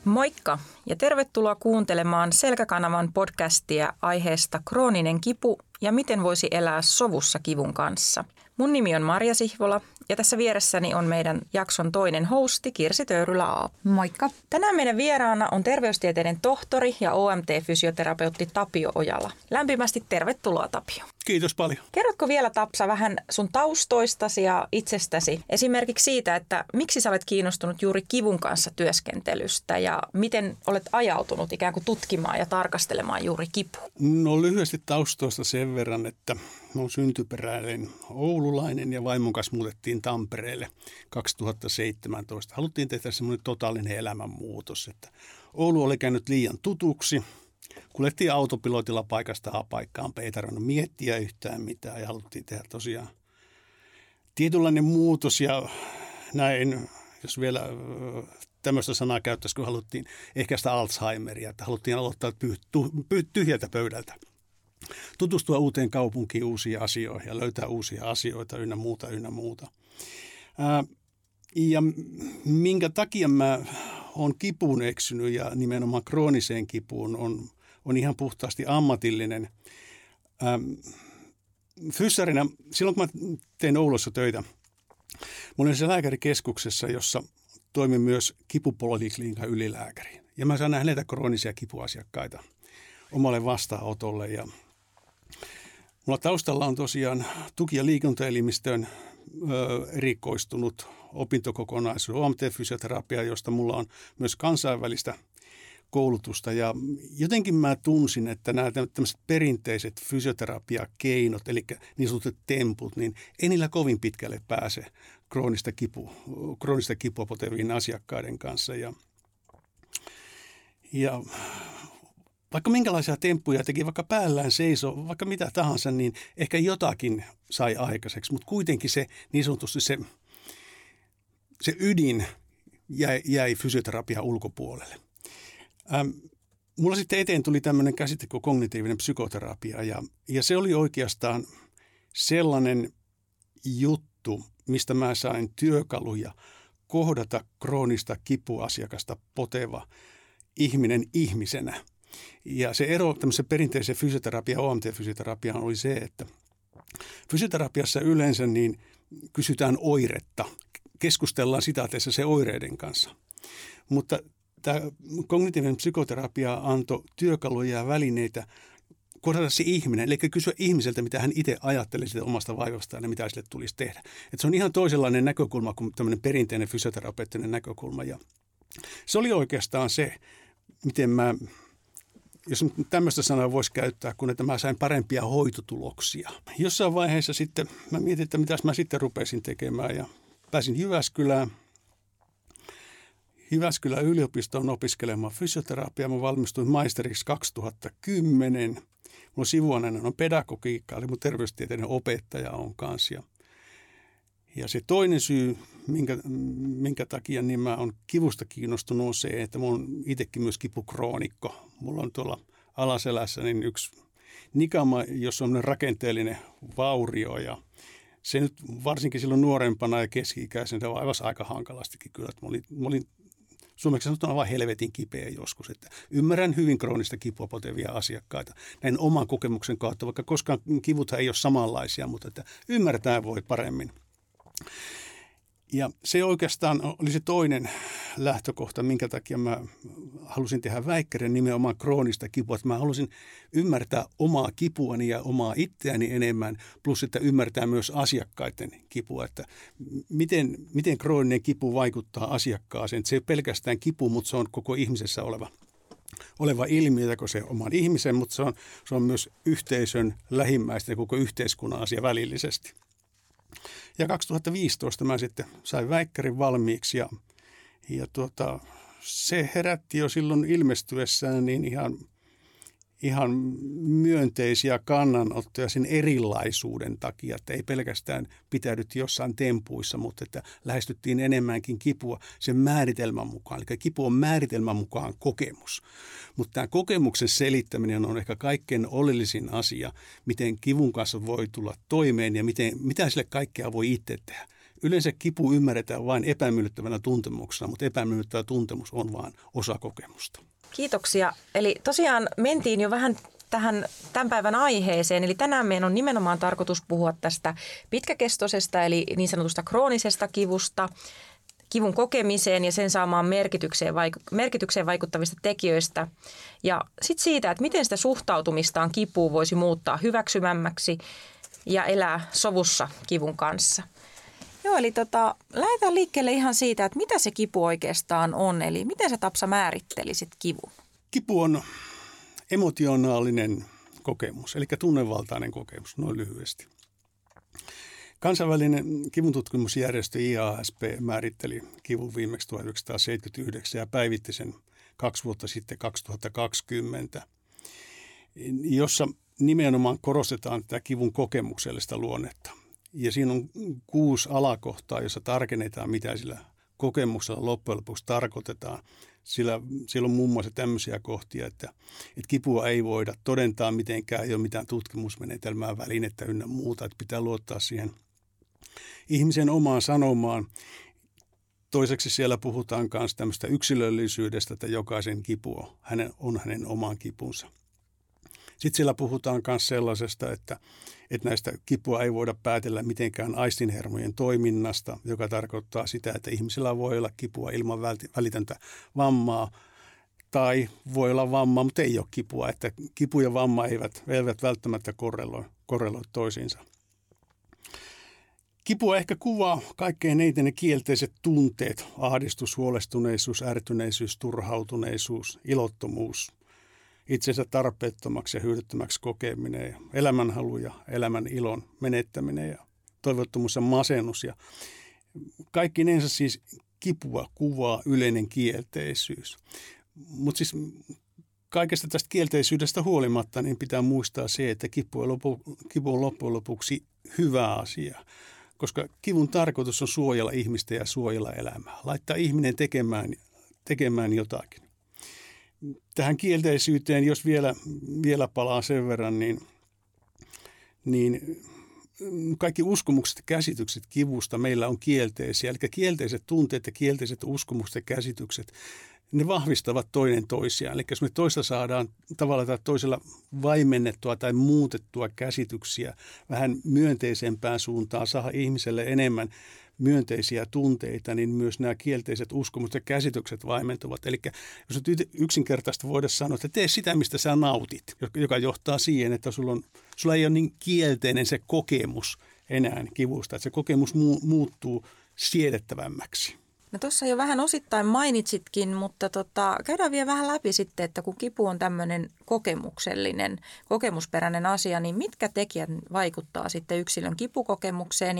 Moikka ja tervetuloa kuuntelemaan Selkäkanavan podcastia aiheesta krooninen kipu ja miten voisi elää sovussa kivun kanssa. Mun nimi on Marja Sihvola ja tässä vieressäni on meidän jakson toinen hosti Kirsi Töyrylä-Aapo. Moikka. Tänään meidän vieraana on terveystieteiden tohtori ja OMT-fysioterapeutti Tapio Ojala. Lämpimästi tervetuloa, Tapio. Kiitos paljon. Kerrotko vielä, Tapsa, vähän sun taustoistasi ja itsestäsi? Esimerkiksi siitä, että miksi sä olet kiinnostunut juuri kivun kanssa työskentelystä ja miten olet ajautunut ikään kuin tutkimaan ja tarkastelemaan juuri kipua? No lyhyesti taustoista sen verran, että olen syntyperäinen oululainen ja vaimon kanssa muutettiin Tampereelle 2017. Haluttiin tehdä semmoinen totaalinen elämänmuutos, että Oulu oli käynyt liian tutuksi. Kuljettiin autopilotilla paikasta A paikkaan, ei tarvinnut miettiä yhtään mitään ja haluttiin tehdä tosiaan tietynlainen muutos ja näin, jos vielä tämmöistä sanaa käyttäisi, kun haluttiin ehkäistä Alzheimeria, että haluttiin aloittaa tyhjältä pöydältä. Tutustua uuteen kaupunkiin, uusiin asioihin ja löytää uusia asioita ynnä muuta. Ja minkä takia mä oon kipuun eksynyt ja nimenomaan krooniseen kipuun on ihan puhtaasti ammatillinen. Fyssarina, silloin kun mä tein Oulussa töitä, mä olin se lääkärikeskuksessa, jossa toimin myös kipupoliklinikan ylilääkäri. Ja mä saan nähdä kroonisia kipuasiakkaita omalle vastaanotolle. Ja mulla taustalla on tosiaan tuki- ja liikuntaelimistöön erikoistunut opintokokonaisuus, OMT-fysioterapia, josta mulla on myös kansainvälistä koulutusta. Ja jotenkin mä tunsin, että nämä tämmöiset perinteiset fysioterapiakeinot, eli niin sanotut temput, niin ei niillä kovin pitkälle pääse kroonista kipua potevien asiakkaiden kanssa. Ja vaikka minkälaisia temppuja teki, vaikka päällään seisoo, vaikka mitä tahansa, niin ehkä jotakin sai aikaiseksi, mutta kuitenkin se niin sanotusti se ydin jäi fysioterapian ulkopuolelle. Mulla sitten eteen tuli tämmöinen käsite kuin kognitiivinen psykoterapia ja se oli oikeastaan sellainen juttu, mistä mä sain työkaluja kohdata kroonista kipuasiakasta poteva ihminen ihmisenä. Ja se ero tämmöisen perinteisen fysioterapian, OMT-fysioterapiaan oli se, että fysioterapiassa yleensä niin kysytään oiretta, keskustellaan sitaateissa se oireiden kanssa, mutta tämä kognitiivinen psykoterapia antoi työkaluja ja välineitä kohdata se ihminen, eli kysyä ihmiseltä, mitä hän itse ajattelee siitä omasta vaivastaan ja mitä sille tulisi tehdä. Että se on ihan toisenlainen näkökulma kuin tämmöinen perinteinen fysioterapeuttinen näkökulma. Ja se oli oikeastaan se, miten mä, jos tämmöistä sanaa voisi käyttää, kun että mä sain parempia hoitotuloksia. Jossain vaiheessa sitten mä mietin, että mitäs mä sitten rupesin tekemään ja pääsin Jyväskylän yliopistoon opiskelemaan fysioterapiaa. Mä valmistuin maisteriksi 2010. Mun sivuaineena on pedagogiikka, eli mun terveystieteiden opettaja on kanssa. Ja se toinen syy, minkä takia niin mä oon kivusta kiinnostunut, on se, että mä oon itsekin myös kipukroonikko. Mulla on tuolla alaselässä niin yksi nikama, jossa on rakenteellinen vaurio ja se nyt varsinkin silloin nuorempana ja keski-ikäisenä vaivasi aika hankalastikin kyllä. Mä olin suomeksi sanottuna vaan helvetin kipeä joskus. Että ymmärrän hyvin kroonista kipua potevia asiakkaita näin oman kokemuksen kautta, vaikka koskaan kivuthan ei ole samanlaisia, mutta että ymmärtää voi paremmin. Ja se oikeastaan oli se toinen lähtökohta, minkä takia mä halusin tehdä väikkärin nimenomaan kroonista kipua. Että mä halusin ymmärtää omaa kipuani ja omaa itseäni enemmän, plus että ymmärtää myös asiakkaiden kipua. Että miten krooninen kipu vaikuttaa asiakkaaseen. Että se ei ole pelkästään kipu, mutta se on koko ihmisessä oleva ilmiö, kun se oman ihmisen, mutta se on myös yhteisön, lähimmäisten ja koko yhteiskunnan asia välillisesti. Ja 2015 mä sitten sain väikkärin valmiiksi ja se herätti jo silloin ilmestyessään niin ihan myönteisiä kannanottoja sen erilaisuuden takia, että ei pelkästään pitäydytty jossain tempuissa, mutta että lähestyttiin enemmänkin kipua sen määritelmän mukaan. Eli kipu on määritelmän mukaan kokemus, mutta tämä kokemuksen selittäminen on ehkä kaikkein oleellisin asia, miten kivun kanssa voi tulla toimeen ja mitä sille kaikkea voi itse tehdä. Yleensä kipu ymmärretään vain epämiellyttävänä tuntemuksena, mutta epämiellyttävä tuntemus on vain osa kokemusta. Kiitoksia. Eli tosiaan mentiin jo vähän tähän tämän päivän aiheeseen. Eli tänään meidän on nimenomaan tarkoitus puhua tästä pitkäkestoisesta eli niin sanotusta kroonisesta kivusta, kivun kokemiseen ja sen saamaan merkitykseen vaikuttavista tekijöistä. Ja sitten siitä, että miten sitä suhtautumistaan kipuun voisi muuttaa hyväksymämmäksi ja elää sovussa kivun kanssa. Joo, eli lähdetään liikkeelle ihan siitä, että mitä se kipu oikeastaan on. Eli miten sä, Tapsa, määrittelisit kivun? Kipu on emotionaalinen kokemus, eli tunnevaltainen kokemus, noin lyhyesti. Kansainvälinen kivuntutkimusjärjestö IASP määritteli kivun viimeksi 1979 ja päivitti sen 2 vuotta sitten 2020, jossa nimenomaan korostetaan tätä kivun kokemuksellista luonnetta. Ja siinä on 6 alakohtaa, jossa tarkennetaan, mitä sillä kokemuksella loppujen lopuksi tarkoitetaan. Siellä on muun muassa tämmöisiä kohtia, että kipua ei voida todentaa mitenkään, ei ole mitään tutkimusmenetelmää, välinettä ynnä muuta, että pitää luottaa siihen ihmisen omaan sanomaan. Toiseksi siellä puhutaan myös tämmöistä yksilöllisyydestä, että jokaisen kipu on hänen oman kipunsa. Sitten siellä puhutaan myös sellaisesta, että näistä kipua ei voida päätellä mitenkään aistinhermojen toiminnasta, joka tarkoittaa sitä, että ihmisellä voi olla kipua ilman välitöntä vammaa, tai voi olla vammaa, mutta ei ole kipua, että kipu ja vamma eivät välttämättä korreloi toisiinsa. Kipua ehkä kuvaa kaikkein eniten ne kielteiset tunteet, ahdistus, huolestuneisuus, ärtyneisyys, turhautuneisuus, ilottomuus, itsensä tarpeettomaksi ja hyödyttömäksi kokeminen, ja elämänhalu ja elämän ilon menettäminen ja toivottomuus ja masennus. Ja kaikkinensa siis kipua kuvaa yleinen kielteisyys. Mutta siis kaikesta tästä kielteisyydestä huolimatta niin pitää muistaa se, että kipu on loppujen lopuksi hyvä asia. Koska kivun tarkoitus on suojella ihmistä ja suojella elämää. Laittaa ihminen tekemään jotakin. Tähän kielteisyyteen, jos vielä palaa sen verran, niin kaikki uskomukset ja käsitykset kivusta meillä on kielteisiä. Eli kielteiset tunteet ja kielteiset uskomukset ja käsitykset, ne vahvistavat toinen toisiaan. Eli jos me toista saadaan tavalla tai toisella vaimennettua tai muutettua käsityksiä vähän myönteisempään suuntaan, saada ihmiselle enemmän myönteisiä tunteita, niin myös nämä kielteiset uskomukset ja käsitykset vaimentuvat. Eli jos nyt yksinkertaisesti voidaan sanoa, että tee sitä, mistä sä nautit, joka johtaa siihen, että sulla ei ole niin kielteinen se kokemus enää kivusta, että se kokemus muuttuu siedettävämmäksi. No tuossa jo vähän osittain mainitsitkin, mutta käydään vielä vähän läpi sitten, että kun kipu on tämmöinen kokemuksellinen, kokemusperäinen asia, niin mitkä tekijät vaikuttaa sitten yksilön kipukokemukseen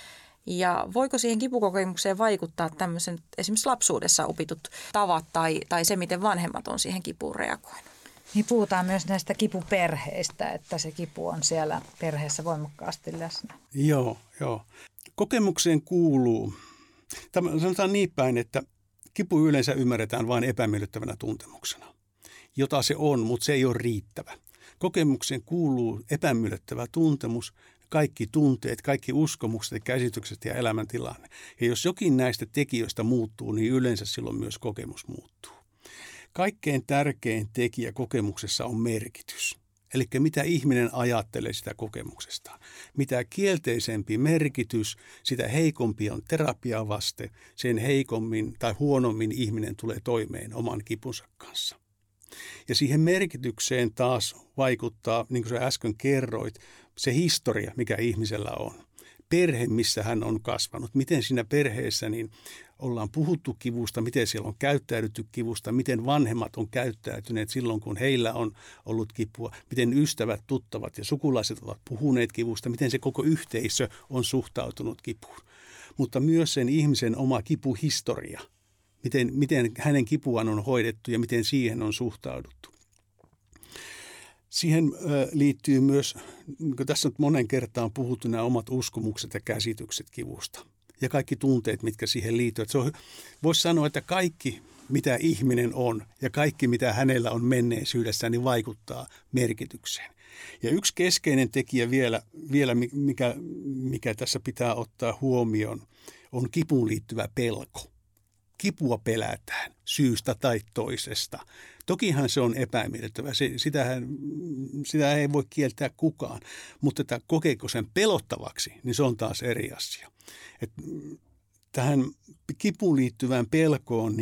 ja voiko siihen kipukokemukseen vaikuttaa tämmöisen esimerkiksi lapsuudessa opitut tavat tai se, miten vanhemmat on siihen kipuun reagoinut? Niin puhutaan myös näistä kipuperheistä, että se kipu on siellä perheessä voimakkaasti läsnä. Joo. Kokemukseen kuuluu, sanotaan niin päin, että kipu yleensä ymmärretään vain epämiellyttävänä tuntemuksena, jota se on, mutta se ei ole riittävä. Kokemukseen kuuluu epämiellyttävä tuntemus, kaikki tunteet, kaikki uskomukset ja käsitykset ja elämäntilanne. Ja jos jokin näistä tekijöistä muuttuu, niin yleensä silloin myös kokemus muuttuu. Kaikkein tärkein tekijä kokemuksessa on merkitys. Eli mitä ihminen ajattelee sitä kokemuksestaan. Mitä kielteisempi merkitys, sitä heikompi on terapiavaste, sen heikommin tai huonommin ihminen tulee toimeen oman kipunsa kanssa. Ja siihen merkitykseen taas vaikuttaa, niin kuin sä äsken kerroit, se historia, mikä ihmisellä on. Perhe, missä hän on kasvanut. Miten siinä perheessä niin ollaan puhuttu kivusta, miten siellä on käyttäydytty kivusta, miten vanhemmat on käyttäytyneet silloin, kun heillä on ollut kipua, miten ystävät, tuttavat ja sukulaiset ovat puhuneet kivusta, miten se koko yhteisö on suhtautunut kipuun. Mutta myös sen ihmisen oma kipuhistoria, miten hänen kipuaan on hoidettu ja miten siihen on suhtauduttu. Siihen liittyy myös, kun tässä on monen kertaan puhuttu, nämä omat uskomukset ja käsitykset kivusta ja kaikki tunteet, mitkä siihen liittyvät. Voisi sanoa, että kaikki, mitä ihminen on ja kaikki, mitä hänellä on menneisyydessä, niin vaikuttaa merkitykseen. Ja yksi keskeinen tekijä vielä mikä tässä pitää ottaa huomioon, on kipuun liittyvä pelko. Kipua pelätään syystä tai toisesta. Tokihan se on epämiellyttävä, sitä ei voi kieltää kukaan, mutta että kokeeko sen pelottavaksi, niin se on taas eri asia. Et tähän kipuun liittyvään pelkoon,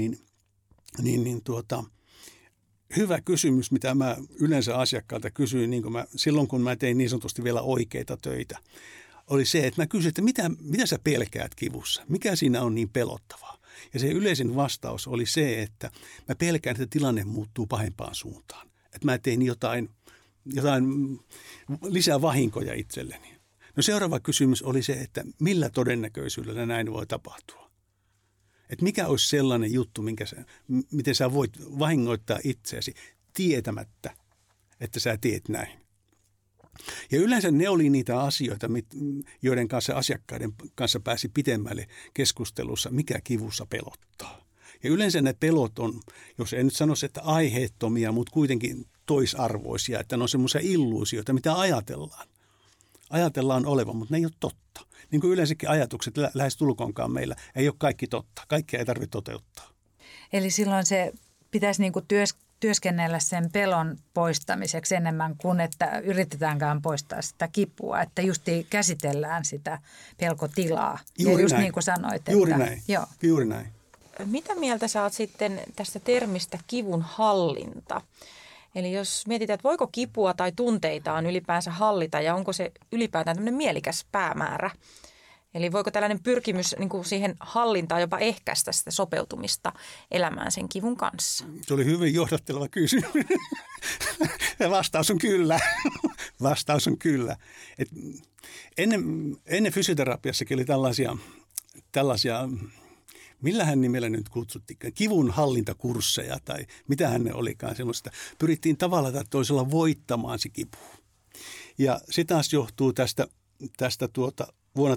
hyvä kysymys, mitä mä yleensä asiakkaalta kysyin silloin, kun mä tein niin sanotusti vielä oikeita töitä, oli se, että mä kysyin, että mitä sä pelkäät kivussa? Mikä siinä on niin pelottavaa? Ja se yleisin vastaus oli se, että mä pelkään, että tilanne muuttuu pahempaan suuntaan. Että mä tein jotain lisää vahinkoja itselleni. No seuraava kysymys oli se, että millä todennäköisyydellä näin voi tapahtua? Että mikä olisi sellainen juttu, miten sä voit vahingoittaa itseäsi tietämättä, että sä teet näin. Ja yleensä ne oli niitä asioita, joiden kanssa asiakkaiden kanssa pääsi pitemmälle keskustelussa, mikä kivussa pelottaa. Ja yleensä ne pelot on, jos en nyt sanoisi, että aiheettomia, mutta kuitenkin toisarvoisia, että ne on semmoisia illuusioita, mitä ajatellaan olevan, mutta ne ei ole totta. Niin kuin yleensäkin ajatukset lähes tulkoonkaan meillä ei ole kaikki totta. Kaikkea ei tarvitse toteuttaa. Eli silloin se pitäisi niin kuin työskennellä sen pelon poistamiseksi enemmän kuin että yritetäänkään poistaa sitä kipua. Että justi käsitellään sitä pelkotilaa. Juuri ja just näin. Niin kuin sanoit. Juuri että, näin. Joo. Juuri näin. Mitä mieltä sä oot sitten tästä termistä kivun hallinta? Eli jos mietitään, että voiko kipua tai tunteitaan ylipäänsä hallita ja onko se ylipäätään tämmöinen mielikäs päämäärä? Eli voiko tällainen pyrkimys niin kuin siihen hallintaan jopa ehkäistä sitä sopeutumista elämään sen kivun kanssa? Se oli hyvin johdatteleva kysymys. Ja vastaus on kyllä. Vastaus on kyllä. Et ennen fysioterapiassakin oli tällaisia, millähän nimellä nyt kutsuttiin, kivun hallintakursseja tai mitähän ne olikaan semmoista. Pyrittiin tavalla tai toisella voittamaan se kipu. Ja se taas johtuu tästä vuonna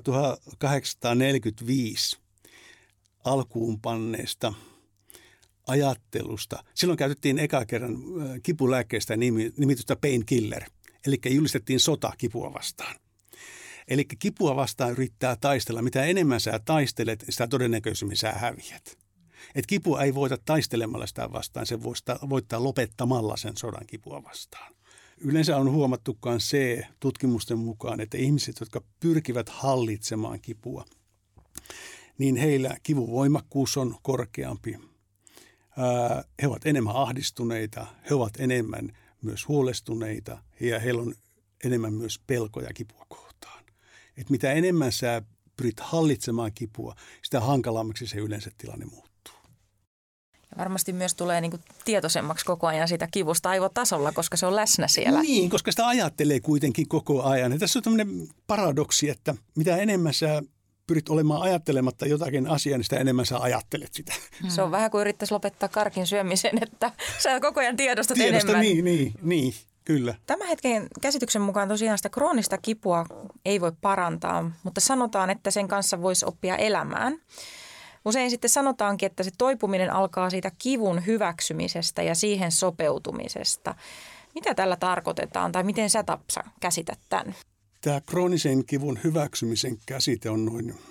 1845 alkuun panneesta ajattelusta. Silloin käytettiin eka kerran kipulääkkeestä nimitystä painkiller, eli julistettiin sota kipua vastaan. Eli kipua vastaan yrittää taistella. Mitä enemmän sä taistelet, sitä todennäköisemmin sä häviät. Et kipua ei voita taistelemalla sitä vastaan, se voittaa lopettamalla sen sodan kipua vastaan. Yleensä on huomattu myös se tutkimusten mukaan, että ihmiset, jotka pyrkivät hallitsemaan kipua, niin heillä kivun voimakkuus on korkeampi. He ovat enemmän ahdistuneita, he ovat enemmän myös huolestuneita ja heillä on enemmän myös pelkoja kipua kohtaan. Et mitä enemmän sä pyrit hallitsemaan kipua, sitä hankalammaksi se yleensä tilanne muuttuu. Ja varmasti myös tulee niin kuin tietoisemmaksi koko ajan siitä kivusta aivotasolla, koska se on läsnä siellä. Niin, koska sitä ajattelee kuitenkin koko ajan. Ja tässä on tämmöinen paradoksi, että mitä enemmän sä pyrit olemaan ajattelematta jotakin asiaa, niin sitä enemmän sä ajattelet sitä. Se on vähän kuin yrittäisi lopettaa karkin syömisen, että sä koko ajan tiedostat enemmän. Niin, kyllä. Tämän hetken käsityksen mukaan tosiaan sitä kroonista kipua ei voi parantaa, mutta sanotaan, että sen kanssa voisi oppia elämään. Usein sitten sanotaankin, että se toipuminen alkaa siitä kivun hyväksymisestä ja siihen sopeutumisesta. Mitä tällä tarkoitetaan tai miten sä, Tapsa, käsität tämän? Tämä kroonisen kivun hyväksymisen käsite on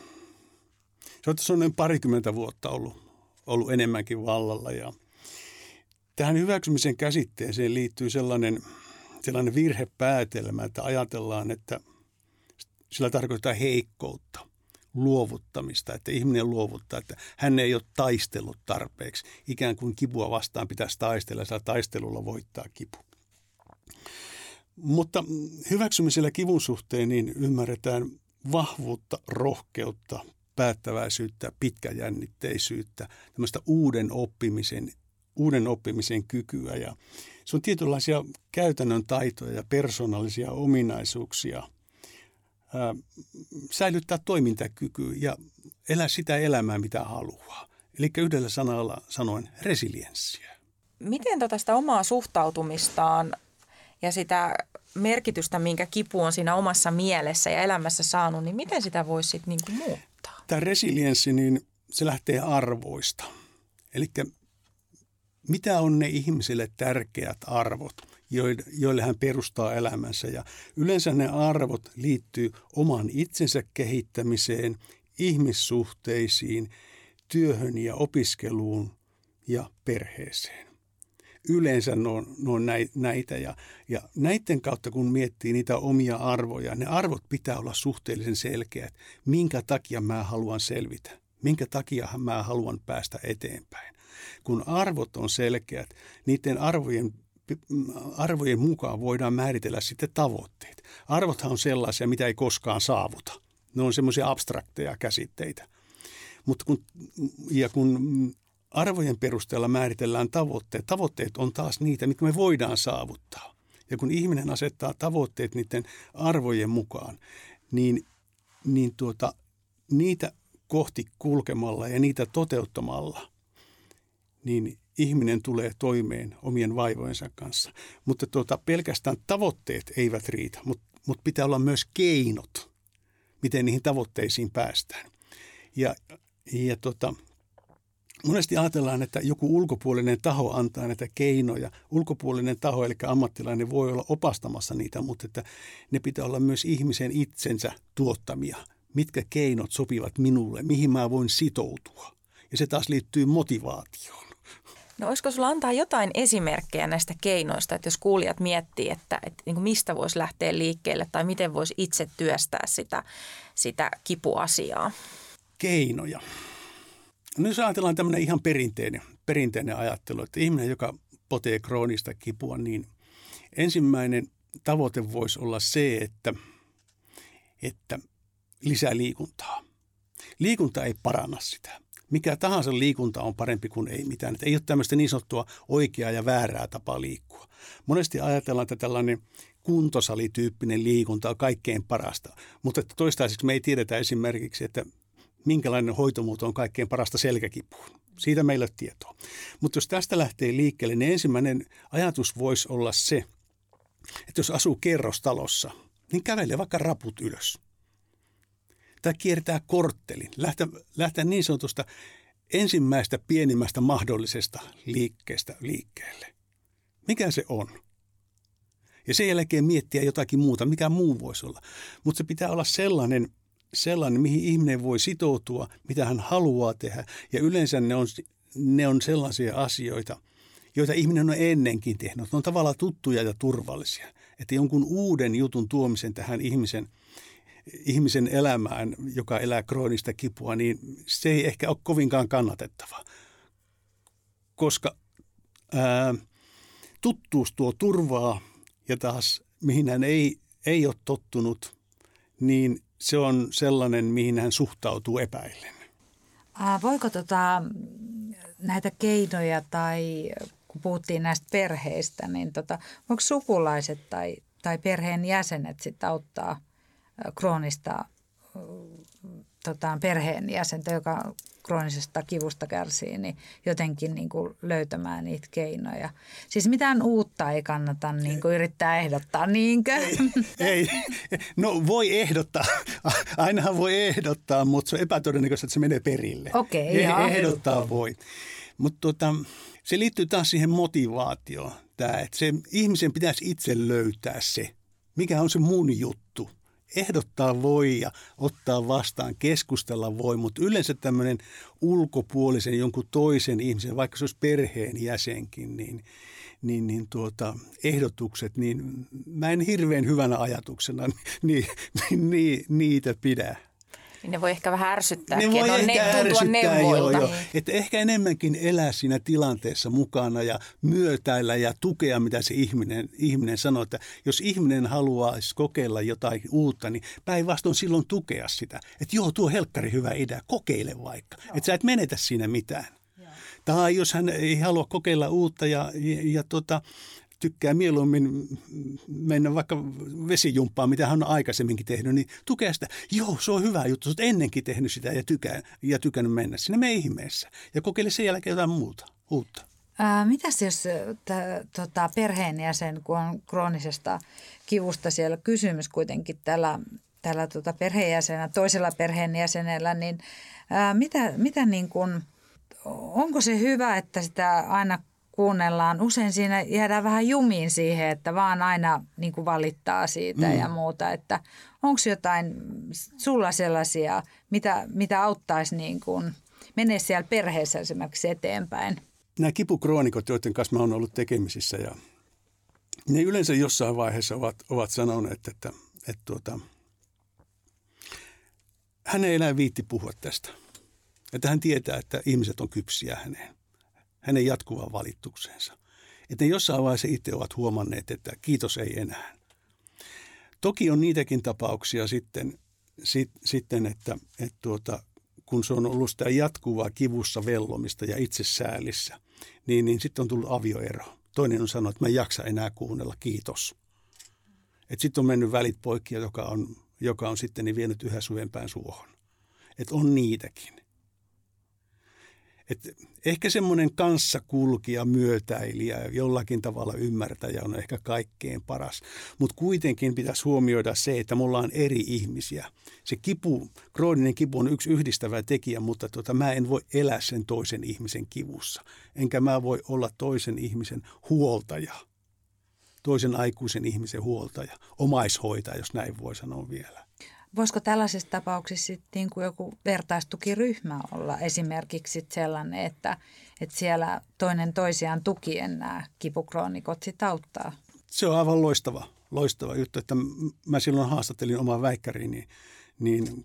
noin 20 vuotta ollut enemmänkin vallalla. Ja tähän hyväksymisen käsitteeseen liittyy sellainen virhepäätelmä, että ajatellaan, että sillä tarkoittaa heikkoutta, luovuttamista, että ihminen luovuttaa, että hän ei ole taistellut tarpeeksi. Ikään kuin kipua vastaan pitäisi taistella, sillä taistelulla voittaa kipu. Mutta hyväksymisellä kivun suhteen niin ymmärretään vahvuutta, rohkeutta, päättäväisyyttä, pitkäjännitteisyyttä, tämmöistä uuden oppimisen kykyä. Ja se on tietynlaisia käytännön taitoja ja persoonallisia ominaisuuksia. Säilyttää toimintakyky ja elää sitä elämää, mitä haluaa. Eli yhdellä sanalla sanoen resilienssiä. Miten sitä omaa suhtautumistaan ja sitä merkitystä, minkä kipu on siinä omassa mielessä ja elämässä saanut, niin miten sitä voisi sitten niinku muuttaa? Tämä resilienssi, niin se lähtee arvoista. Eli mitä on ne ihmisille tärkeät arvot, joille hän perustaa elämänsä. Ja yleensä ne arvot liittyy oman itsensä kehittämiseen, ihmissuhteisiin, työhön ja opiskeluun ja perheeseen. Yleensä ne on näitä ja näiden kautta kun miettii niitä omia arvoja, ne arvot pitää olla suhteellisen selkeät. Minkä takia mä haluan selvitä? Minkä takia mä haluan päästä eteenpäin? Kun arvot on selkeät, niiden arvojen mukaan voidaan määritellä sitten tavoitteet. Arvothan on sellaisia, mitä ei koskaan saavuta. Ne on semmoisia abstrakteja käsitteitä. Mutta kun arvojen perusteella määritellään tavoitteet, tavoitteet on taas niitä, mitkä me voidaan saavuttaa. Ja kun ihminen asettaa tavoitteet niiden arvojen mukaan, niin niitä kohti kulkemalla ja niitä toteuttamalla, niin ihminen tulee toimeen omien vaivojensa kanssa. Mutta pelkästään tavoitteet eivät riitä, mutta pitää olla myös keinot, miten niihin tavoitteisiin päästään. Monesti ajatellaan, että joku ulkopuolinen taho antaa näitä keinoja. Ulkopuolinen taho, eli ammattilainen, voi olla opastamassa niitä, mutta että ne pitää olla myös ihmisen itsensä tuottamia. Mitkä keinot sopivat minulle, mihin mä voin sitoutua. Ja se taas liittyy motivaatioon. No olisiko sulla antaa jotain esimerkkejä näistä keinoista, että jos kuulijat miettii, että niin kuin mistä voisi lähteä liikkeelle tai miten voisi itse työstää sitä kipuasiaa? Keinoja. No jos ajatellaan tämmöinen ihan perinteinen ajattelu, että ihminen, joka potee kroonista kipua, niin ensimmäinen tavoite voisi olla se, että lisää liikuntaa. Liikunta ei paranna sitä. Mikä tahansa liikunta on parempi kuin ei mitään. Että ei ole tämmöistä niin sanottua oikeaa ja väärää tapaa liikkua. Monesti ajatellaan, että tällainen kuntosalityyppinen liikunta on kaikkein parasta, mutta toistaiseksi me ei tiedetä esimerkiksi, että minkälainen hoitomuoto on kaikkein parasta selkäkipuun. Siitä meillä ei ole tietoa. Mutta jos tästä lähtee liikkeelle, niin ensimmäinen ajatus voisi olla se, että jos asuu kerrostalossa, niin kävelee vaikka raput ylös. Tai kiertää korttelin, lähteä niin sanotusta ensimmäistä pienimmästä mahdollisesta liikkeestä liikkeelle. Mikä se on? Ja sen jälkeen miettiä jotakin muuta, mikä muu voisi olla. Mutta se pitää olla sellainen, mihin ihminen voi sitoutua, mitä hän haluaa tehdä. Ja yleensä ne on sellaisia asioita, joita ihminen on ennenkin tehnyt. Ne on tavallaan tuttuja ja turvallisia. Että jonkun uuden jutun tuomisen tähän ihmisen elämään, joka elää kroonista kipua, niin se ei ehkä ole kovinkaan kannatettava. Koska tuttuus tuo turvaa ja taas mihin hän ei ole tottunut, niin se on sellainen, mihin hän suhtautuu epäillen. Voiko näitä keinoja tai kun puhuttiin näistä perheistä, niin voiko sukulaiset tai perheen jäsenet sitten auttaa kroonista perheenjäsentä, joka kroonisesta kivusta kärsii, niin jotenkin niin kuin löytämään niitä keinoja. Siis mitään uutta ei kannata niin kuin yrittää ehdottaa, niinkö? Ei. No voi ehdottaa. Ainahan voi ehdottaa, mutta se on epätodennäköistä, että se menee perille. Okei, ehdottaa voi. Mutta se liittyy taas siihen motivaatioon. Että se ihmisen pitäisi itse löytää se, mikä on se mun juttu. Ehdottaa voi ja ottaa vastaan, keskustella voi, mutta yleensä tämmöinen ulkopuolisen jonkun toisen ihmisen, vaikka se olisi perheenjäsenkin, niin ehdotukset, niin mä en hirveän hyvänä ajatuksena niitä pidä. Niin ne voi ehkä vähän ärsyttää. Ne voi ehkä ärsyttää, joo. Että ehkä enemmänkin elää siinä tilanteessa mukana ja myötäillä ja tukea, mitä se ihminen sanoo. Että jos ihminen haluaisi kokeilla jotain uutta, niin päinvastoin silloin tukea sitä. Että joo, tuo helkkari hyvä idea, kokeile vaikka. Että sä et menetä siinä mitään. Joo. Tai jos hän ei halua kokeilla uutta ja tykkää mieluummin mennä vaikka vesijumppaan, mitä hän on aikaisemminkin tehnyt, niin tukea sitä. Joo, se on hyvä juttu, olet ennenkin tehnyt sitä ja tykännyt mennä sinne. Mene ihmeessä ja kokeile sen jälkeen jotain uutta. Mitäs jos perheenjäsen, kun on kroonisesta kivusta siellä kysymys kuitenkin tällä perheenjäsenellä, toisella perheenjäsenellä, niin mitä niin kuin, onko se hyvä, että sitä aina kuunnellaan, usein siinä jäädään vähän jumiin siihen, että vaan aina niin kuin valittaa siitä ja muuta. Että onko jotain sulla sellaisia, mitä auttaisi niin kuin mene siellä perheessä esimerkiksi eteenpäin? Nämä kipukroonikot, joiden kanssa mä oon ollut tekemisissä, ja ne yleensä jossain vaiheessa ovat sanoneet, että hän ei enää viitti puhua tästä. Että hän tietää, että ihmiset on kypsiä hänen jatkuvaan valitukseensa. Että ne jossain vaiheessa itse ovat huomanneet, että kiitos ei enää. Toki on niitäkin tapauksia sitten että kun se on ollut sitä jatkuvaa kivussa vellomista ja itsesäälissä, niin sitten on tullut avioero. Toinen on sanonut, että mä en jaksa enää kuunnella, kiitos. Että sitten on mennyt välit poikki, joka on sitten niin vienyt yhä syvempään suohon. Että on niitäkin. Et ehkä semmoinen kanssakulkija, myötäilijä, jollakin tavalla ymmärtäjä on ehkä kaikkein paras. Mutta kuitenkin pitäisi huomioida se, että me ollaan eri ihmisiä. Se krooninen kipu on yksi yhdistävä tekijä, mutta mä en voi elää sen toisen ihmisen kivussa. Enkä mä voi olla toisen ihmisen huoltaja, toisen aikuisen ihmisen huoltaja, omaishoitaja, jos näin voi sanoa vielä. Voisiko tällaisissa tapauksissa sitten niin kuin joku vertaistukiryhmä olla esimerkiksi sellainen, että siellä toinen toisiaan tukien nämä kipukroonikot sitten auttaa? Se on aivan loistava juttu, että mä silloin haastattelin omaa väikkäriini niin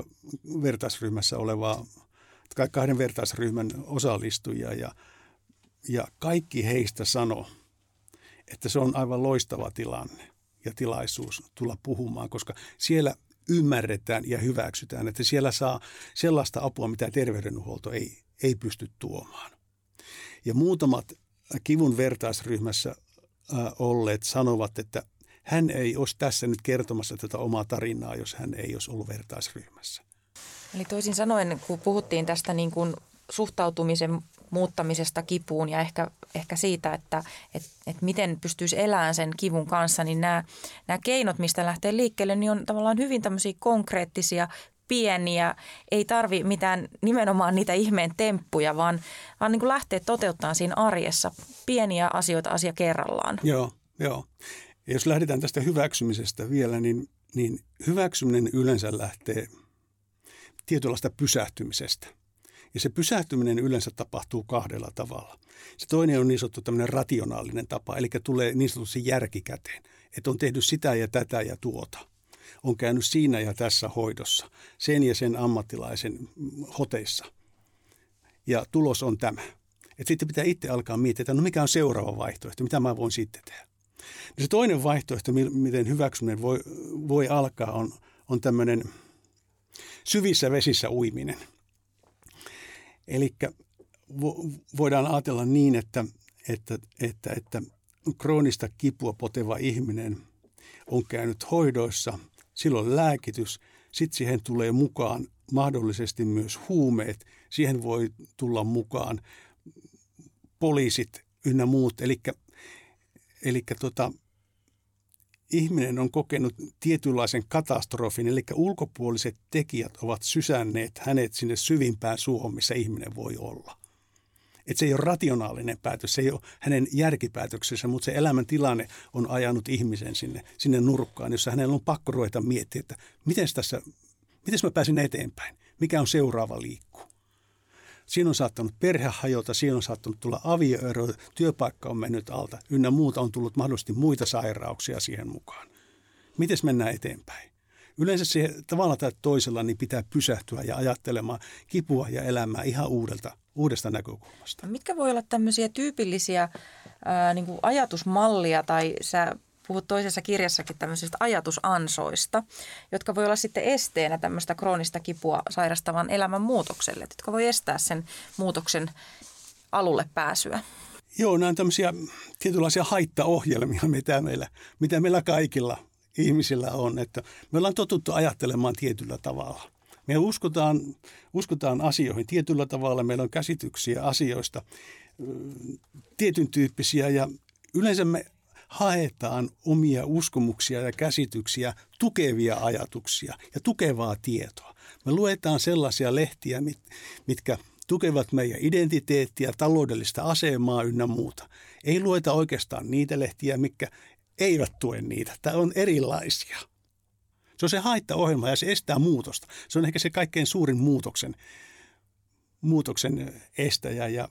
kahden vertaisryhmän osallistujia ja kaikki heistä sanoi, että se on aivan loistava tilanne ja tilaisuus tulla puhumaan, koska siellä ymmärretään ja hyväksytään, että siellä saa sellaista apua, mitä terveydenhuolto ei pysty tuomaan. Ja muutamat kivun vertaisryhmässä olleet sanovat, että hän ei olisi tässä nyt kertomassa tätä omaa tarinaa, jos hän ei olisi ollut vertaisryhmässä. Eli toisin sanoen, kun puhuttiin tästä niin kuin suhtautumisen muuttamisesta kipuun ja ehkä siitä, että miten pystyisi elämään sen kivun kanssa, niin nämä keinot, mistä lähtee liikkeelle, niin on tavallaan hyvin tämmöisiä konkreettisia, pieniä. Ei tarvi mitään nimenomaan niitä ihmeen temppuja, vaan niin kuin lähtee toteuttamaan siinä arjessa pieniä asioita asia kerrallaan. Joo. Ja jos lähdetään tästä hyväksymisestä vielä, niin hyväksyminen yleensä lähtee tietynlaista pysähtymisestä. Ja se pysähtyminen yleensä tapahtuu kahdella tavalla. Se toinen on niin sanottu tämmöinen rationaalinen tapa, eli tulee niin sanotusti järkikäteen, että on tehnyt sitä ja tätä ja tuota. On käynyt siinä ja tässä hoidossa, sen ja sen ammattilaisen hoteissa. Ja tulos on tämä. Että sitten pitää itse alkaa miettiä, että no mikä on seuraava vaihtoehto, mitä mä voin sitten tehdä. Ja se toinen vaihtoehto, miten hyväksyminen voi alkaa, on tämmöinen syvissä vesissä uiminen. Eli voidaan ajatella niin, että kroonista kipua poteva ihminen on käynyt hoidoissa, silloin lääkitys, sitten siihen tulee mukaan mahdollisesti myös huumeet, siihen voi tulla mukaan poliisit ynnä muut, eli ihminen on kokenut tietynlaisen katastrofin, eli ulkopuoliset tekijät ovat sysänneet hänet sinne syvimpään suohon, missä ihminen voi olla. Että se ei ole rationaalinen päätös, se ei ole hänen järkipäätöksensä, mutta se elämäntilanne on ajanut ihmisen sinne nurkkaan, jossa hänellä on pakko ruveta miettiä, että miten mä pääsin eteenpäin, mikä on seuraava liikku. Siinä on saattanut perhe hajota, siinä on saattanut tulla avioero, työpaikka on mennyt alta, ynnä muuta on tullut mahdollisesti muita sairauksia siihen mukaan. Miten mennään eteenpäin? Yleensä se tavalla tai toisella niin pitää pysähtyä ja ajattelemaan kipua ja elämää ihan uudesta näkökulmasta. Mitkä voi olla tämmöisiä tyypillisiä niin kuin ajatusmallia tai sä puhut toisessa kirjassakin tämmöisistä ajatusansoista, jotka voi olla sitten esteenä tämmöistä kroonista kipua sairastavan elämän muutokselle, jotka voi estää sen muutoksen alulle pääsyä. Joo, nämä on tämmöisiä tietynlaisia haittaohjelmia, mitä meillä kaikilla ihmisillä on. Että me ollaan totuttu ajattelemaan tietyllä tavalla. Me uskotaan asioihin tietyllä tavalla, meillä on käsityksiä asioista tietyn tyyppisiä ja yleensä me haetaan omia uskomuksia ja käsityksiä, tukevia ajatuksia ja tukevaa tietoa. Me luetaan sellaisia lehtiä, mitkä tukevat meidän identiteettiä, taloudellista asemaa ynnä muuta. Ei lueta oikeastaan niitä lehtiä, mitkä eivät tue niitä. Tämä on erilaisia. Se on se haittaohjelma ja se estää muutosta. Se on ehkä se kaikkein suurin muutoksen estäjä. Ja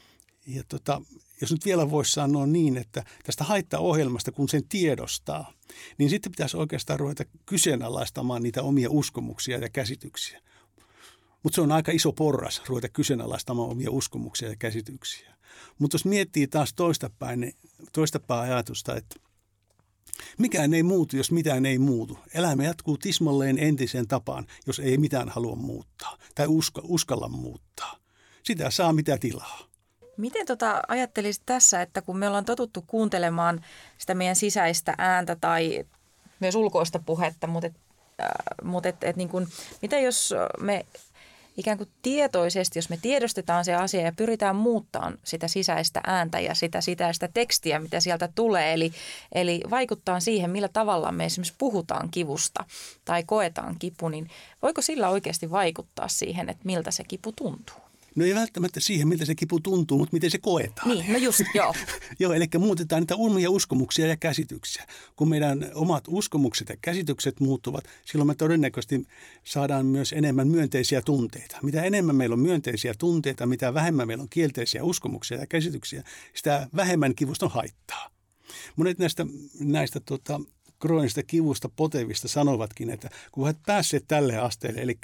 jos nyt vielä voisi sanoa niin, että tästä haittaohjelmasta, kun sen tiedostaa, niin sitten pitäisi oikeastaan ruveta kyseenalaistamaan niitä omia uskomuksia ja käsityksiä. Mutta se on aika iso porras ruveta kyseenalaistamaan omia uskomuksia ja käsityksiä. Mutta jos miettii taas toistapäin ajatusta, että mikään ei muutu, jos mitään ei muutu. Elämä jatkuu tismalleen entiseen tapaan, jos ei mitään halua muuttaa tai uskalla muuttaa. Sitä saa mitä tilaa. Miten ajattelisit tässä, että kun me ollaan totuttu kuuntelemaan sitä meidän sisäistä ääntä tai myös ulkoista puhetta, mutta niin kuin, mitä jos me ikään kuin tietoisesti, jos me tiedostetaan se asia ja pyritään muuttamaan sitä sisäistä ääntä ja sitä sisäistä tekstiä, mitä sieltä tulee, eli vaikuttaa siihen, millä tavalla me esimerkiksi puhutaan kivusta tai koetaan kipu, niin voiko sillä oikeasti vaikuttaa siihen, että miltä se kipu tuntuu? No ei välttämättä siihen, miltä se kipu tuntuu, mutta miten se koetaan. Niin, no just, joo. Joo, eli muutetaan niitä omia uskomuksia ja käsityksiä. Kun meidän omat uskomukset ja käsitykset muuttuvat, silloin me todennäköisesti saadaan myös enemmän myönteisiä tunteita. Mitä enemmän meillä on myönteisiä tunteita, mitä vähemmän meillä on kielteisiä uskomuksia ja käsityksiä, sitä vähemmän kivusta on haittaa. Monet näistä kroonisista kivusta potevista sanovatkin, että kun olet päässeet tälle asteelle, eli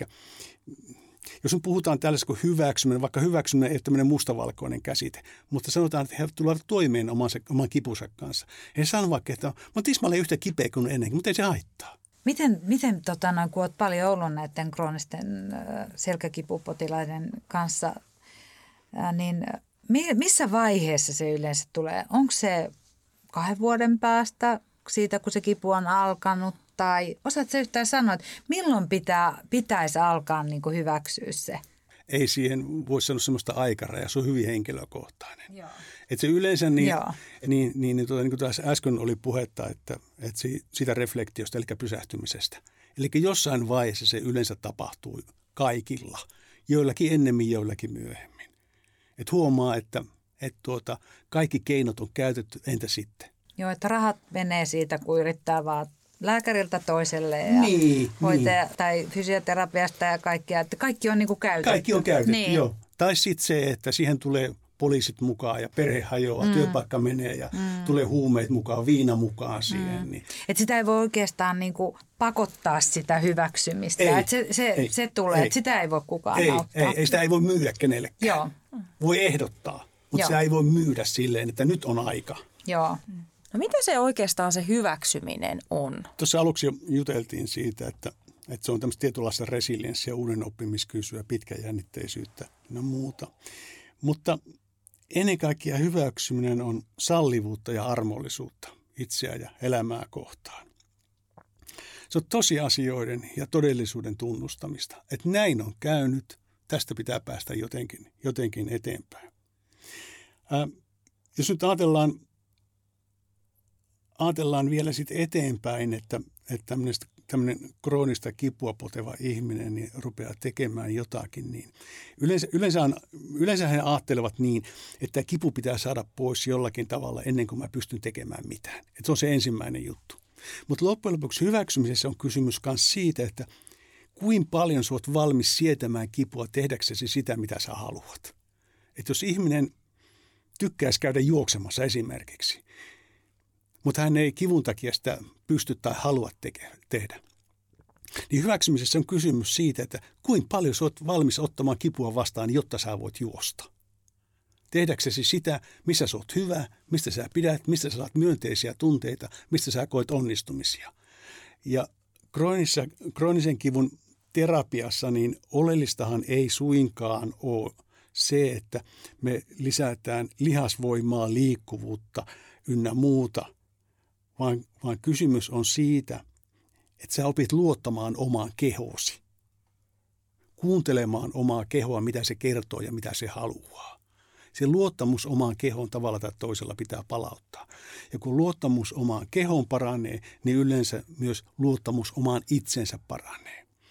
jos nyt puhutaan tällaisesta kuin hyväksyminen, vaikka hyväksyminen ei ole tämmöinen mustavalkoinen käsite, mutta sanotaan, että he tulevat toimeen oman kipunsa kanssa. He sanovat vaikka, että on tismalleen yhtä kipeä kuin ennenkin, mutta ei se haittaa. Miten kun olet paljon ollut näiden kroonisten selkäkipupotilaiden kanssa, niin missä vaiheessa se yleensä tulee? Onko se 2 vuoden päästä siitä, kun se kipu on alkanut? Tai osaatko yhtään sanoa, että milloin pitäisi alkaa niin kuin hyväksyä se? Ei siihen voi sanoa sellaista aikarajaa, se on hyvin henkilökohtainen. Joo. Että se yleensä niin kuin tässä äsken oli puhetta, että sitä reflektiosta eli pysähtymisestä. Eli jossain vaiheessa se yleensä tapahtuu kaikilla, joillakin ennemmin, joillakin myöhemmin. Että huomaa, että kaikki keinot on käytetty, entä sitten? Joo, että rahat menee siitä, kun yrittää vaan lääkäriltä toiselle ja hoitaja tai fysioterapiasta ja kaikkea, että kaikki on niin kuin käytetty. Kaikki on käytetty, joo. Tai sitten se, että siihen tulee poliisit mukaan ja perhe hajoaa, työpaikka menee ja tulee huumeet mukaan, viina mukaan siihen. Niin. Että sitä ei voi oikeastaan niin kuin pakottaa sitä hyväksymistä. Se tulee, että sitä ei voi kukaan auttaa. Ei, sitä ei voi myydä kenellekään. Joo. Voi ehdottaa, mutta sitä ei voi myydä silleen, että nyt on aika. Joo. No mitä se oikeastaan se hyväksyminen on? Tuossa aluksi jo juteltiin siitä, että se on tämmöistä tietynlaista resilienssiä, uuden oppimiskykyä, pitkäjännitteisyyttä ja muuta. Mutta ennen kaikkea hyväksyminen on sallivuutta ja armollisuutta itseä ja elämää kohtaan. Se on tosiasioiden ja todellisuuden tunnustamista, että näin on käynyt, tästä pitää päästä jotenkin eteenpäin. Jos nyt ajatellaan vielä sitten eteenpäin, että tämmöinen kroonista kipua poteva ihminen niin rupeaa tekemään jotakin, niin yleensä he ajattelevat niin, että kipu pitää saada pois jollakin tavalla ennen kuin mä pystyn tekemään mitään. Että se on se ensimmäinen juttu. Mutta loppujen lopuksi hyväksymisessä on kysymys myös siitä, että kuinka paljon sä oot valmis sietämään kipua tehdäksesi sitä, mitä sä haluat. Että jos ihminen tykkäisi käydä juoksemassa esimerkiksi, mutta hän ei kivun takia sitä pysty tai halua tehdä. Niin hyväksymisessä on kysymys siitä, että kuinka paljon sä oot valmis ottamaan kipua vastaan, jotta sä voit juosta. Tehdäksesi sitä, missä sä oot hyvä, mistä sä pidät, mistä sä saat myönteisiä tunteita, mistä sä koet onnistumisia. Ja kroonisen kivun terapiassa niin oleellistahan ei suinkaan ole se, että me lisätään lihasvoimaa, liikkuvuutta ynnä muuta, vaan kysymys on siitä, että sä opit luottamaan omaan kehoosi, kuuntelemaan omaa kehoa, mitä se kertoo ja mitä se haluaa. Se luottamus omaan kehoon tavalla tai toisella pitää palauttaa. Ja kun luottamus omaan kehoon paranee, niin yleensä myös luottamus omaan itsensä paranee.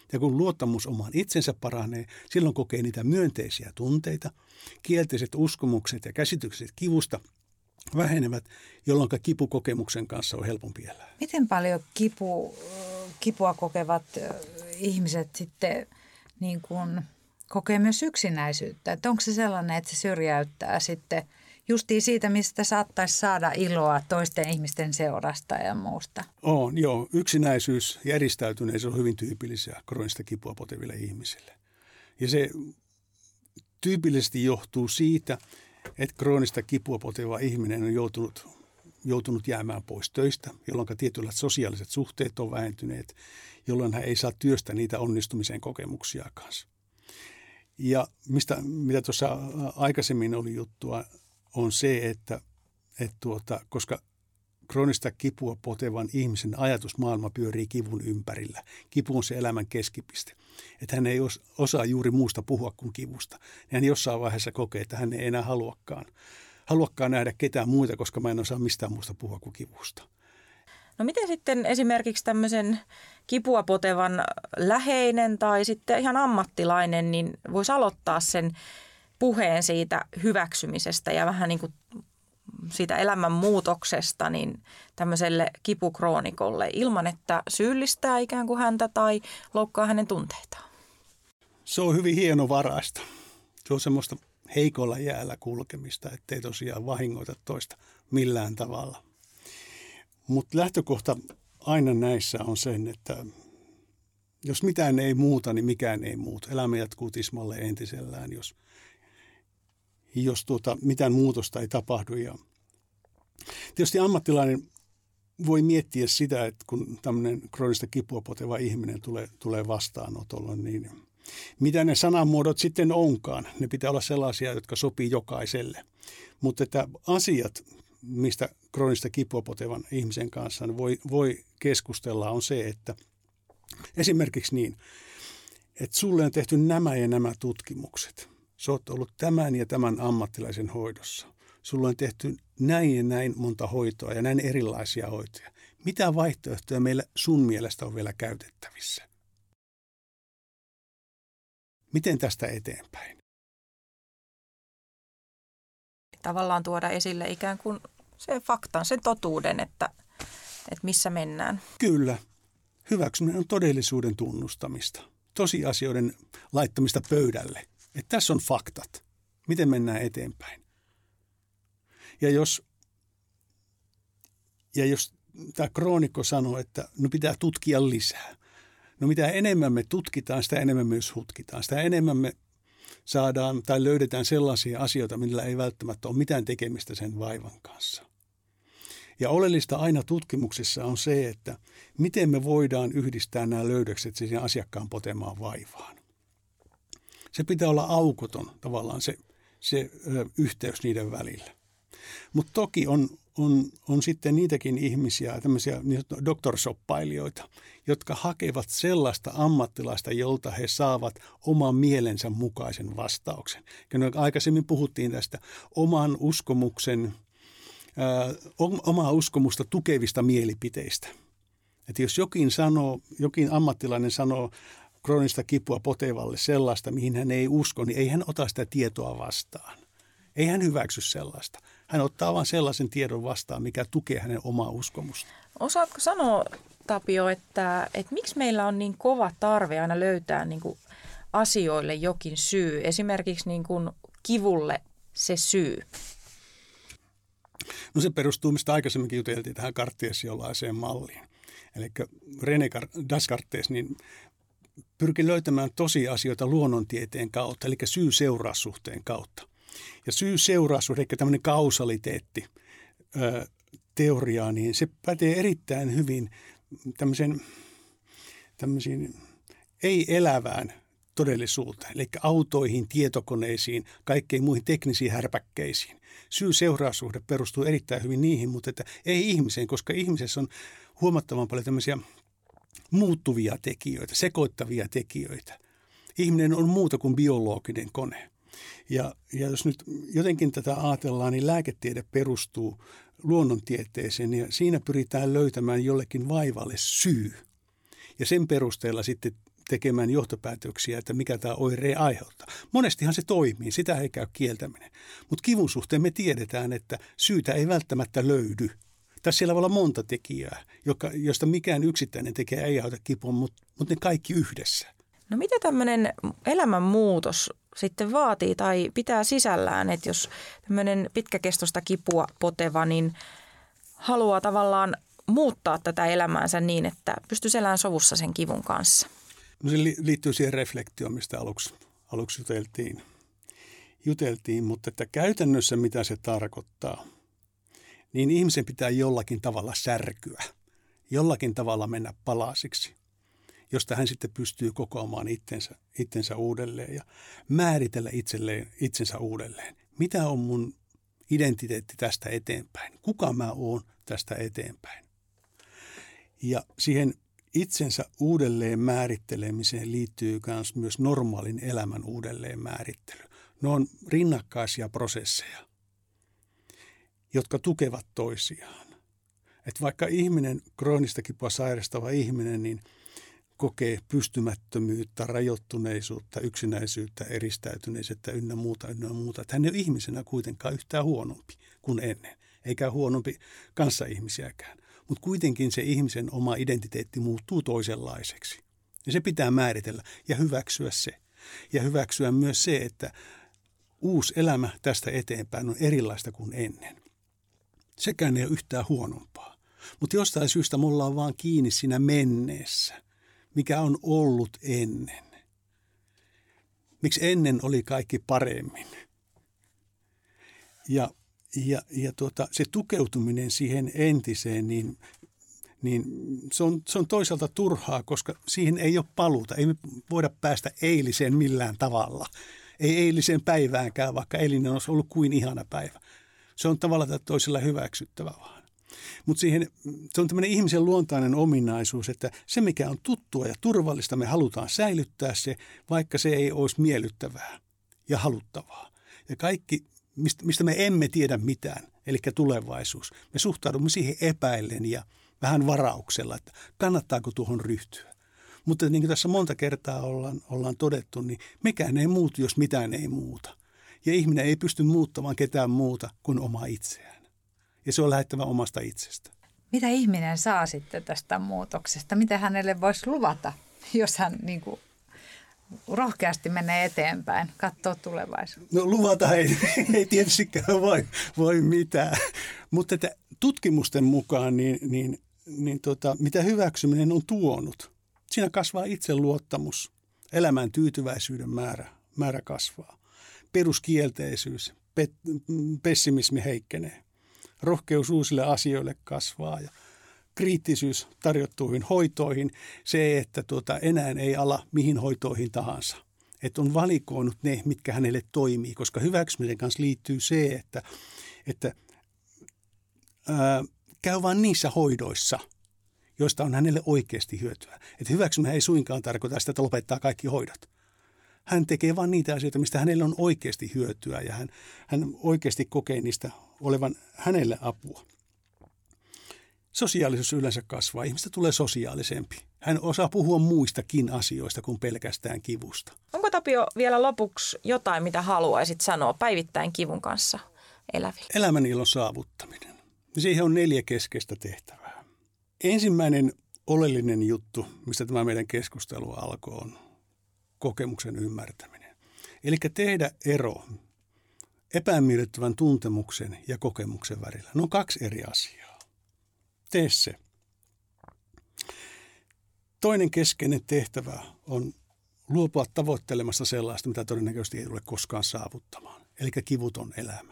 Ja kun luottamus omaan itsensä paranee, silloin kokee niitä myönteisiä tunteita, kielteiset uskomukset ja käsitykset kivusta vähenevät, jolloin kipukokemuksen kanssa on helpompi elää. Miten paljon kipua kokevat ihmiset sitten niin kuin kokee myös yksinäisyyttä? Että onko se sellainen, että se syrjäyttää sitten justiin siitä, mistä saattaisi saada iloa toisten ihmisten seurasta ja muusta? Joo. Yksinäisyys ja eristäytyneisyys on hyvin tyypillisiä kroonista kipua poteville ihmisille. Ja se tyypillisesti johtuu siitä, että kroonista kipua poteva ihminen on joutunut jäämään pois töistä, jolloin tietynlaiset sosiaaliset suhteet on vähentyneet, jolloin hän ei saa työstä niitä onnistumisen kokemuksia kanssa. Ja mitä tuossa aikaisemmin oli juttua, on se, että koska kroonista kipua potevan ihmisen ajatusmaailma pyörii kivun ympärillä. Kipu on se elämän keskipiste. Että hän ei osaa juuri muusta puhua kuin kivusta. Hän jossain vaiheessa kokee, että hän ei enää haluakaan nähdä ketään muita, koska mä en osaa mistään muusta puhua kuin kivusta. No miten sitten esimerkiksi tämmöisen kipua potevan läheinen tai sitten ihan ammattilainen, niin voisi aloittaa sen puheen siitä hyväksymisestä ja vähän niin kuin siitä elämänmuutoksesta niin tämmöiselle kipukroonikolle ilman, että syyllistää ikään kuin häntä tai loukkaa hänen tunteitaan? Se on hyvin hienovaraista. Se on semmoista heikolla jäällä kulkemista, ettei tosiaan vahingoita toista millään tavalla. Mutta lähtökohta aina näissä on sen, että jos mitään ei muuta, niin mikään ei muuta. Elämä jatkuu tismalleen entisellään, jos mitään muutosta ei tapahdu. Ja tietysti ammattilainen voi miettiä sitä, että kun tämmöinen kroonista kipua poteva ihminen tulee vastaanotolle, niin mitä ne sanamuodot sitten onkaan. Ne pitää olla sellaisia, jotka sopii jokaiselle. Mutta että asiat, mistä kroonista kipua potevan ihmisen kanssa voi keskustella, on se, että esimerkiksi niin, että sulle on tehty nämä ja nämä tutkimukset. Sä oot ollut tämän ja tämän ammattilaisen hoidossa. Sulla on tehty näin ja näin monta hoitoa ja näin erilaisia hoitoja. Mitä vaihtoehtoja meillä sun mielestä on vielä käytettävissä? Miten tästä eteenpäin? Tavallaan tuoda esille ikään kuin se faktan, sen totuuden, että missä mennään. Kyllä. Hyväksyminen on todellisuuden tunnustamista. Tosiasioiden laittamista pöydälle. Että tässä on faktat. Miten mennään eteenpäin? Ja jos tämä kroonikko sanoo, että no pitää tutkia lisää. No mitä enemmän me tutkitaan, sitä enemmän myös hutkitaan. Sitä enemmän me saadaan tai löydetään sellaisia asioita, millä ei välttämättä ole mitään tekemistä sen vaivan kanssa. Ja oleellista aina tutkimuksissa on se, että miten me voidaan yhdistää nämä löydökset siihen asiakkaan potemaan vaivaan. Se pitää olla aukoton tavallaan se yhteys niiden välillä. Mutta toki on sitten niitäkin ihmisiä, tämmöisiä doktorshoppailijoita, jotka hakevat sellaista ammattilaista, jolta he saavat oman mielensä mukaisen vastauksen. Aikaisemmin puhuttiin tästä omaa uskomusta tukevista mielipiteistä. Että jos jokin ammattilainen sanoo kroonista kipua potevalle sellaista, mihin hän ei usko, niin ei hän ota sitä tietoa vastaan. Ei hän hyväksy sellaista. Hän ottaa vain sellaisen tiedon vastaan, mikä tukee hänen omaa uskomusta. Osaatko sanoa, Tapio, että miksi meillä on niin kova tarve aina löytää niin kuin asioille jokin syy? Esimerkiksi niin kuin kivulle se syy. No se perustuu, mistä aikaisemminkin juteltiin, tähän kartesiolaiseen malliin. Eli René Descartes niin pyrki löytämään tosiasioita luonnontieteen kautta, eli syy-seuraussuhteen kautta. Ja syy-seuraussuhde, eli tämmöinen kausaliteetti teoriaa, niin se pätee erittäin hyvin tämmöisiin ei-elävään todellisuuteen, eli autoihin, tietokoneisiin, kaikkein muihin teknisiin härpäkkeisiin. Syy-seuraussuhde perustuu erittäin hyvin niihin, mutta että ei ihmiseen, koska ihmisessä on huomattavan paljon tämmöisiä muuttuvia tekijöitä, sekoittavia tekijöitä. Ihminen on muuta kuin biologinen kone. Ja jos nyt jotenkin tätä ajatellaan, niin lääketiede perustuu luonnontieteeseen ja siinä pyritään löytämään jollekin vaivalle syy. Ja sen perusteella sitten tekemään johtopäätöksiä, että mikä tämä oire aiheuttaa. Monestihan se toimii, sitä ei käy kieltäminen. Mutta kivun suhteen me tiedetään, että syytä ei välttämättä löydy. Tässä siellä voi olla monta tekijää, josta mikään yksittäinen tekijä ei aiheuta kipua, mutta ne kaikki yhdessä. No mitä tämmöinen elämänmuutos sitten vaatii tai pitää sisällään, että jos tämmöinen pitkäkestoista kipua poteva, niin haluaa tavallaan muuttaa tätä elämäänsä niin, että pystyisi elämään sovussa sen kivun kanssa? No se liittyy siihen reflektioon, mistä aluksi juteltiin, mutta että käytännössä mitä se tarkoittaa, niin ihmisen pitää jollakin tavalla särkyä, jollakin tavalla mennä palasiksi, josta hän sitten pystyy kokoamaan itsensä uudelleen ja määritellä itsensä uudelleen. Mitä on mun identiteetti tästä eteenpäin? Kuka mä oon tästä eteenpäin? Ja siihen itsensä uudelleen määrittelemiseen liittyy myös normaalin elämän uudelleen määrittely. Ne on rinnakkaisia prosesseja, jotka tukevat toisiaan. Et vaikka ihminen, kroonista kipua sairastava ihminen, niin kokee pystymättömyyttä, rajoittuneisuutta, yksinäisyyttä, eristäytyneisyyttä ynnä muuta. Että hän ei ole ihmisenä kuitenkaan yhtään huonompi kuin ennen, eikä huonompi kanssaihmisiäkään. Mutta kuitenkin se ihmisen oma identiteetti muuttuu toisenlaiseksi. Ja se pitää määritellä ja hyväksyä se. Ja hyväksyä myös se, että uusi elämä tästä eteenpäin on erilaista kuin ennen. Sekään ei ole yhtään huonompaa. Mutta jostain syystä me ollaan vaan kiinni siinä menneessä, mikä on ollut ennen. Miksi ennen oli kaikki paremmin? Ja se tukeutuminen siihen entiseen, niin se on toisaalta turhaa, koska siihen ei ole paluuta. Ei me voida päästä eiliseen millään tavalla. Ei eiliseen päiväänkään, vaikka eilinen olisi ollut kuin ihana päivä. Se on tavallaan tai toisella hyväksyttävä vaan. Mutta se on tämmöinen ihmisen luontainen ominaisuus, että se mikä on tuttua ja turvallista, me halutaan säilyttää se, vaikka se ei olisi miellyttävää ja haluttavaa. Ja kaikki, mistä me emme tiedä mitään, eli tulevaisuus, me suhtaudumme siihen epäillen ja vähän varauksella, että kannattaako tuohon ryhtyä. Mutta niin kuin tässä monta kertaa ollaan todettu, niin mikään ei muutu, jos mitään ei muuta. Ja ihminen ei pysty muuttamaan ketään muuta kuin omaa itseään. Ja se on lähettävä omasta itsestä. Mitä ihminen saa sitten tästä muutoksesta? Mitä hänelle voisi luvata, jos hän niin kuin rohkeasti menee eteenpäin, katsoo tulevaisuutta? No luvata ei tietystikään voi mitään. Mutta että tutkimusten mukaan mitä hyväksyminen on tuonut. Siinä kasvaa itseluottamus, elämän tyytyväisyyden määrä kasvaa. Peruskielteisyys, pessimismi heikkenee. Rohkeus uusille asioille kasvaa ja kriittisyys tarjottuihin hoitoihin. Se, että enää ei ala mihin hoitoihin tahansa. Että on valikoinut ne, mitkä hänelle toimii, koska hyväksymisen kanssa liittyy se, että käy vain niissä hoidoissa, joista on hänelle oikeasti hyötyä. Että hyväksyminen ei suinkaan tarkoita sitä, että lopettaa kaikki hoidot. Hän tekee vain niitä asioita, mistä hänelle on oikeasti hyötyä ja hän oikeasti kokee niistä olevan hänelle apua. Sosiaalisuus yleensä kasvaa. Ihmistä tulee sosiaalisempi. Hän osaa puhua muistakin asioista kuin pelkästään kivusta. Onko Tapio vielä lopuksi jotain, mitä haluaisit sanoa päivittäin kivun kanssa eläville? Elämän ilon saavuttaminen. Siihen on 4 keskeistä tehtävää. Ensimmäinen oleellinen juttu, mistä tämä meidän keskustelu alkoi, on kokemuksen ymmärtäminen. Eli tehdä ero epämiellyttävän tuntemuksen ja kokemuksen välillä. Ne on 2 eri asiaa. Tee se. Toinen keskeinen tehtävä on luopua tavoittelemasta sellaista, mitä todennäköisesti ei tule koskaan saavuttamaan. Eli kivuton elämä.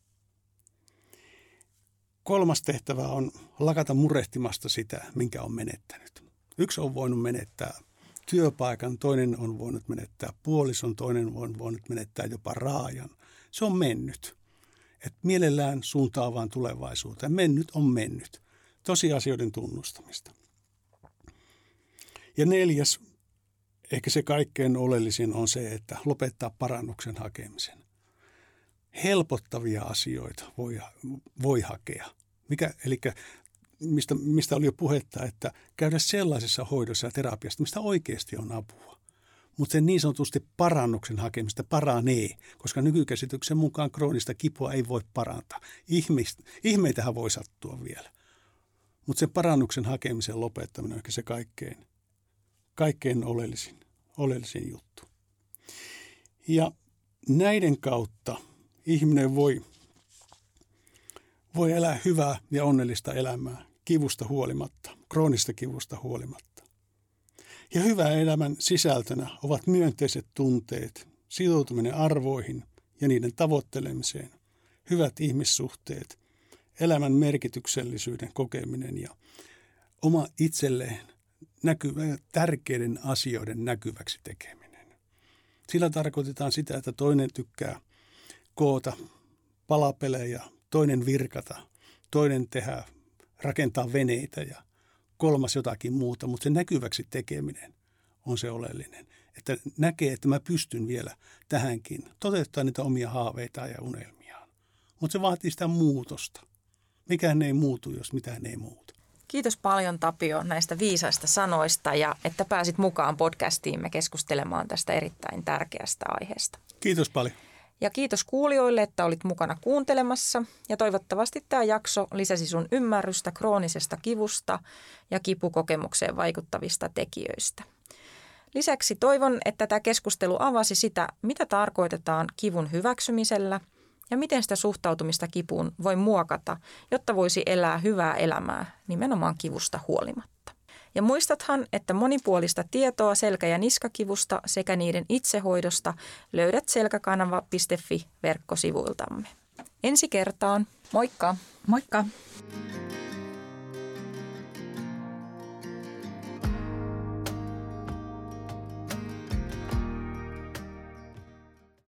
3. tehtävä on lakata murehtimasta sitä, minkä on menettänyt. 1 on voinut menettää työpaikan, toinen on voinut menettää puolison, toinen on voinut menettää jopa raajan. Se on mennyt. Et mielellään suuntaa vaan tulevaisuuteen. Mennyt on mennyt. Tosiasioiden tunnustamista. Ja 4, ehkä se kaikkein oleellisin on se, että lopettaa parannuksen hakemisen. Helpottavia asioita voi hakea. Eli mistä oli jo puhetta, että käydä sellaisessa hoidossa ja terapiassa, mistä oikeasti on apua. Mutta sen niin sanotusti parannuksen hakemista paranee, koska nykykäsityksen mukaan kroonista kipua ei voi parantaa. Ihmeitähän voi sattua vielä. Mutta sen parannuksen hakemisen lopettaminen on ehkä se kaikkein oleellisin juttu. Ja näiden kautta ihminen voi elää hyvää ja onnellista elämää kivusta huolimatta, kroonista kivusta huolimatta. Ja hyvän elämän sisältönä ovat myönteiset tunteet, sitoutuminen arvoihin ja niiden tavoittelemiseen, hyvät ihmissuhteet, elämän merkityksellisyyden kokeminen ja oma itselleen tärkeiden asioiden näkyväksi tekeminen. Sillä tarkoitetaan sitä, että toinen tykkää koota palapelejä, toinen virkata, toinen rakentaa veneitä ja kolmas jotakin muuta, mutta se näkyväksi tekeminen on se oleellinen. Että näkee, että mä pystyn vielä tähänkin toteuttaa niitä omia haaveitaan ja unelmiaan. Mutta se vaatii sitä muutosta. Mikään ei muutu, jos mitään ei muutu. Kiitos paljon Tapio näistä viisaista sanoista ja että pääsit mukaan podcastiimme keskustelemaan tästä erittäin tärkeästä aiheesta. Kiitos paljon. Ja kiitos kuulijoille, että olit mukana kuuntelemassa ja toivottavasti tämä jakso lisäsi sun ymmärrystä kroonisesta kivusta ja kipukokemukseen vaikuttavista tekijöistä. Lisäksi toivon, että tämä keskustelu avasi sitä, mitä tarkoitetaan kivun hyväksymisellä ja miten sitä suhtautumista kipuun voi muokata, jotta voisi elää hyvää elämää nimenomaan kivusta huolimatta. Ja muistathan, että monipuolista tietoa selkä- ja niskakivusta sekä niiden itsehoidosta löydät selkäkanava.fi verkkosivuiltamme. Ensi kertaan. Moikka! Moikka!